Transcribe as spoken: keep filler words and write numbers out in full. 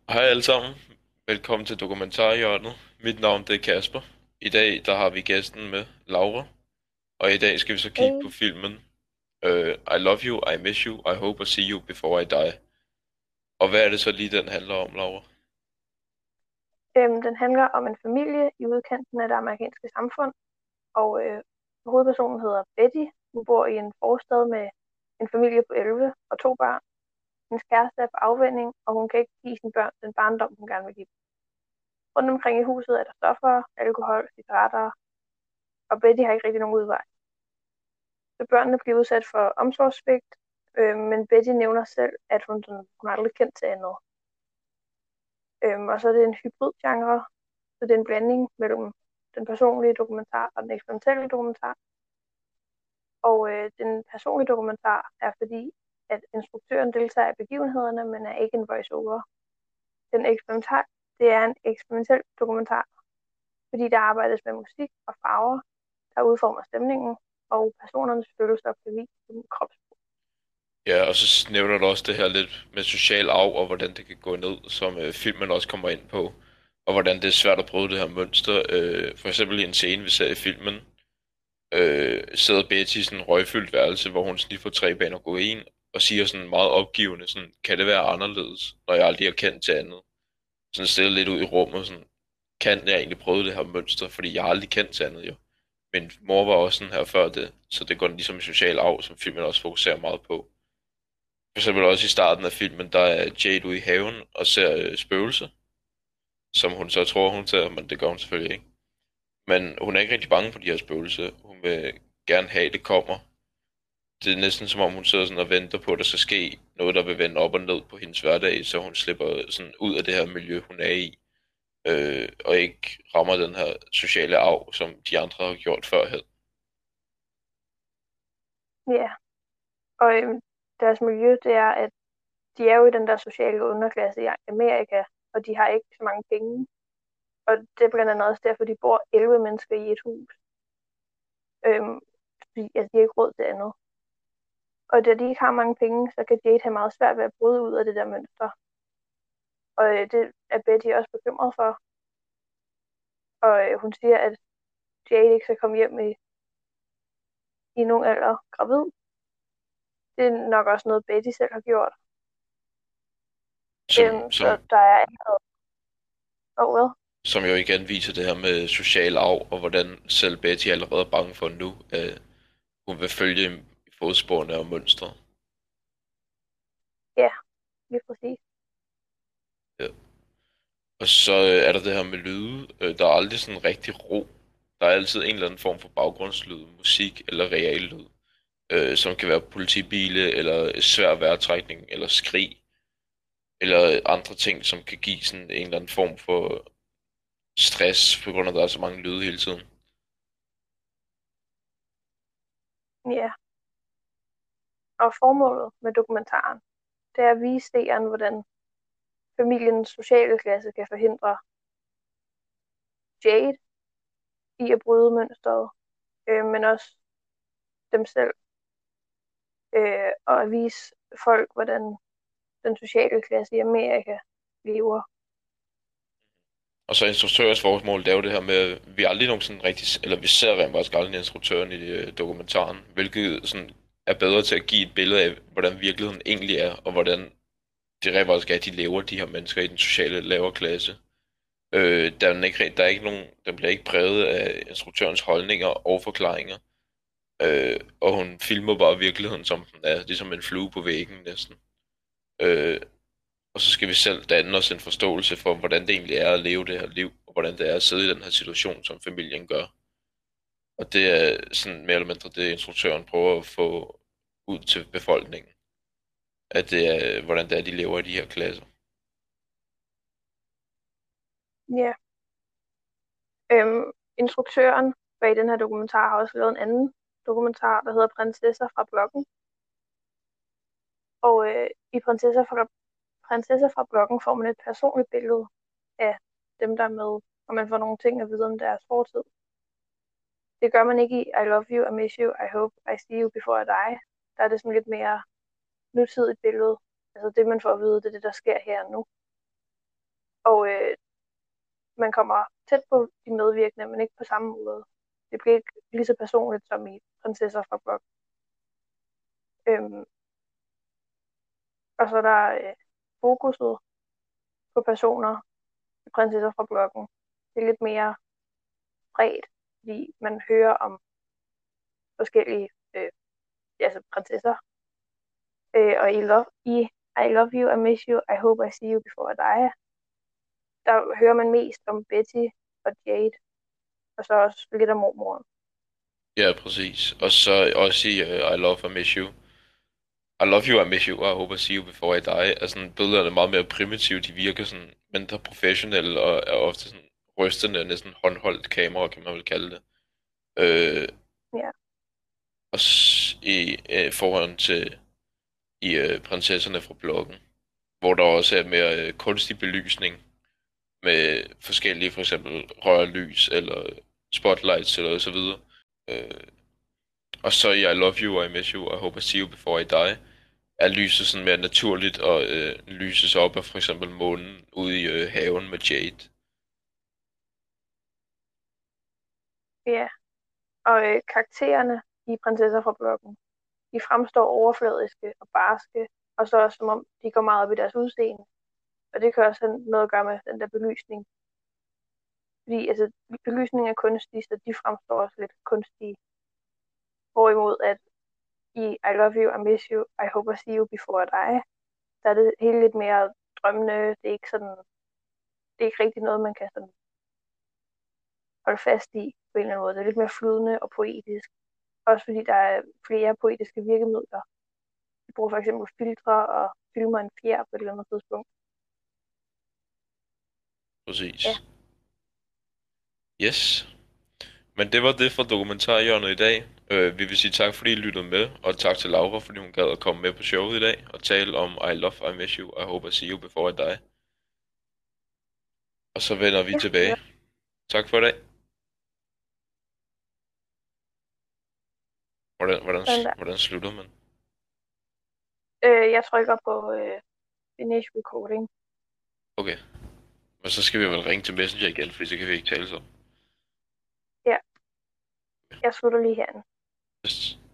Hej alle sammen. Velkommen til Dokumentarhjørnet. Mit navn det er Kasper. I dag der har vi gæsten med, Laura. Og i dag skal vi så kigge på Hey. filmen uh, I Love You, I Miss You, I Hope I See You Before I Die. Og hvad er det så lige den handler om, Laura? Øhm, den handler om en familie i udkanten af det amerikanske samfund, og øh, hovedpersonen hedder Betty. Hun bor i en forstad med en familie på elleve og to børn. Hendes kæreste er på afvænning, og hun kan ikke give sine børn den barndom, hun gerne vil give dem. Rundt omkring i huset er der stoffer, alkohol, cigaretter, og Betty har ikke rigtig nogen udvej. Så børnene bliver udsat for omsorgssvigt, øh, men Betty nævner selv, at hun, sådan, hun har aldrig kendt til andet. Øhm, og så er det en hybridgenre, så det er en blanding mellem den personlige dokumentar og den eksperimentelle dokumentar. Og øh, den personlige dokumentar er fordi, at instruktøren deltager i begivenhederne, men er ikke en voice-over. Den eksperimental, det er en eksperimentel dokumentar, fordi der arbejdes med musik og farver, der udformer stemningen, og personernes følelser kan vise som kropssprog. Ja, og så nævner du også det her lidt med social arv, og hvordan det kan gå ned, som øh, filmen også kommer ind på. Og hvordan det er svært at bryde det her mønster. Øh, for eksempel i en scene, vi ser i filmen, øh, sidder Betty i sådan en røgfyldt værelse, hvor hun sniffer tre baner kokain, og siger sådan meget opgivende, sådan, kan det være anderledes, når jeg aldrig har kendt til andet? Sådan stille lidt ud i rummet, sådan, kan jeg egentlig prøve det her mønster, fordi jeg har aldrig kendt til andet jo. Min mor var også sådan her før det, så det går ligesom en social arv, som filmen også fokuserer meget på. For eksempel også i starten af filmen, der er Jade ude i haven og ser øh, spøgelser, som hun så tror, hun ser, men det gør hun selvfølgelig ikke. Men hun er ikke rigtig bange for de her spøgelser. Hun vil gerne have, at det kommer. Det er næsten som om, hun sidder sådan og venter på, at der skal ske noget, der vil vende op og ned på hendes hverdag, så hun slipper sådan ud af det her miljø, hun er i, øh, og ikke rammer den her sociale arv, som de andre har gjort førhen. Ja, og øhm, deres miljø, det er, at de er jo i den der sociale underklasse i Amerika, og de har ikke så mange penge. Og det er blandt andet også derfor, de bor elleve mennesker i et hus. Øhm, fordi altså, de har ikke råd til andet. Og da de ikke har mange penge, så kan Jade have meget svært ved at bryde ud af det der mønster. Og øh, det er Betty også bekymret for. Og øh, hun siger, at Jade ikke skal komme hjem i, i nogen alder gravid. Det er nok også noget, Betty selv har gjort. Som, Øhm, så som, der er allerede... Og hvad? som jo igen viser det her med social arv, og hvordan selv Betty allerede er bange for nu, at hun vil følge i fodsporene og mønstre. Ja, lige præcis. Ja. Og så øh, er der det her med lyde. Øh, der er aldrig sådan rigtig ro. Der er altid en eller anden form for baggrundslyd, musik eller real lyd, øh, som kan være politibile, eller svær vejrtrækning, eller skrig, eller andre ting, som kan give sådan en eller anden form for stress, på grund af at der er så mange lyde hele tiden. Ja, og formålet med dokumentaren, det er at vise seeren, hvordan familiens sociale klasse kan forhindre Jade i at bryde mønstret, øh, men også dem selv, øh, og at vise folk, hvordan den sociale klasse i Amerika lever. Og så instruktørens formål, det er jo det her med, at vi aldrig nogensinde rigtig, eller vi ser rent faktisk aldrig instruktøren i øh, dokumentaren, hvilket sådan er bedre til at give et billede af, hvordan virkeligheden egentlig er, og hvordan det rent faktisk er, at de lever, de her mennesker i den sociale lavere klasse. Øh, der, er ikke, der er ikke nogen, der bliver ikke præget af instruktørens holdninger og forklaringer. Øh, og hun filmer bare virkeligheden, som den er, ligesom en flue på væggen næsten. Øh, og så skal vi selv danne os en forståelse for, hvordan det egentlig er at leve det her liv, og hvordan det er at sidde i den her situation, som familien gør. Og det er sådan mere eller mindre det, instruktøren prøver at få ud til befolkningen. At det er, hvordan det er, de lever i de her klasser. Ja. Øhm, instruktøren bag den her dokumentar har også lavet en anden dokumentar, der hedder Prinsesser fra Blokken. Og øh, i Prinsesser fra, Prinsesser fra Blokken får man et personligt billede af dem, der er med, og man får nogle ting at vide om deres fortid. Det gør man ikke i I Love You, I Miss You, I Hope I See You Before I Die. Der er det sådan lidt mere nutidigt billede. Altså det, man får at vide, det er det, der sker her og nu. man kommer tæt på de medvirkende, men ikke på samme måde. Det bliver ikke lige så personligt som i Prinsesser fra Blokken. Øhm, og så er der øh, fokuset på personer i Prinsesser fra Blokken. Det er lidt mere bredt, fordi man hører om forskellige øh, altså prinsesser. Øh, og i, love, i I Love You, I Miss You, I Hope I See You Before I Die, der hører man mest om Betty og Jade, og så også lidt om mormoren. Ja, præcis. Og så også i uh, I Love I Miss You. I Love You, I Miss You, I Hope I See You Before I Die. Er sådan, billederne er meget mere primitive, de virker sådan mindre professionelle, og er ofte sådan rystende, næsten håndholdt kamera, kan man vel kalde det. Øh, Ja. og i øh, forhold til i øh, Prinsesserne fra Blokken, hvor der også er mere øh, kunstig belysning, med forskellige, for eksempel rørlys, eller spotlights, eller så videre. Øh, og så i I Love You, I Miss You, I Hope I See You Before I Die, er lyset sådan mere naturligt, og øh, lyses op af for eksempel månen ude i øh, haven med Jade. Ja, og øh, karaktererne i Prinsesser fra Blokken, de fremstår overfladiske og barske, og så også som om de går meget op i deres udseende. Og det kan også have noget at gøre med den der belysning. Fordi altså, belysningen er kunstig, så de fremstår også lidt kunstige. Hvorimod at i I Love You, I Miss You, I Hope I See You Before I Die, der er det hele lidt mere drømmende. Det er ikke sådan, det er ikke rigtig noget, man kan sådan holde fast i på en eller anden måde. Det er lidt mere flydende og poetisk. Også fordi der er flere poetiske virkemidler. Vi bruger for eksempel filtre og filmer en fjer på et eller andet tidspunkt. Præcis. Ja. Yes. Men det var det fra dokumentarhjørnet i dag. Øh, vi vil sige tak, fordi I lyttede med, og tak til Laura, fordi hun gad at komme med på showet i dag og tale om I Love, I Miss You, I Hope I See You Before I Die. Og så vender vi Ja, tilbage. ja. Tak for i dag. Hvordan, hvordan, Sådan der. hvordan slutter man? Øh, jeg trykker på øh, Finish Recording. Okay. Men så skal vi vel ringe til Messenger igen, fordi så kan vi ikke tale så. Ja. Jeg slutter lige herinde. Yes.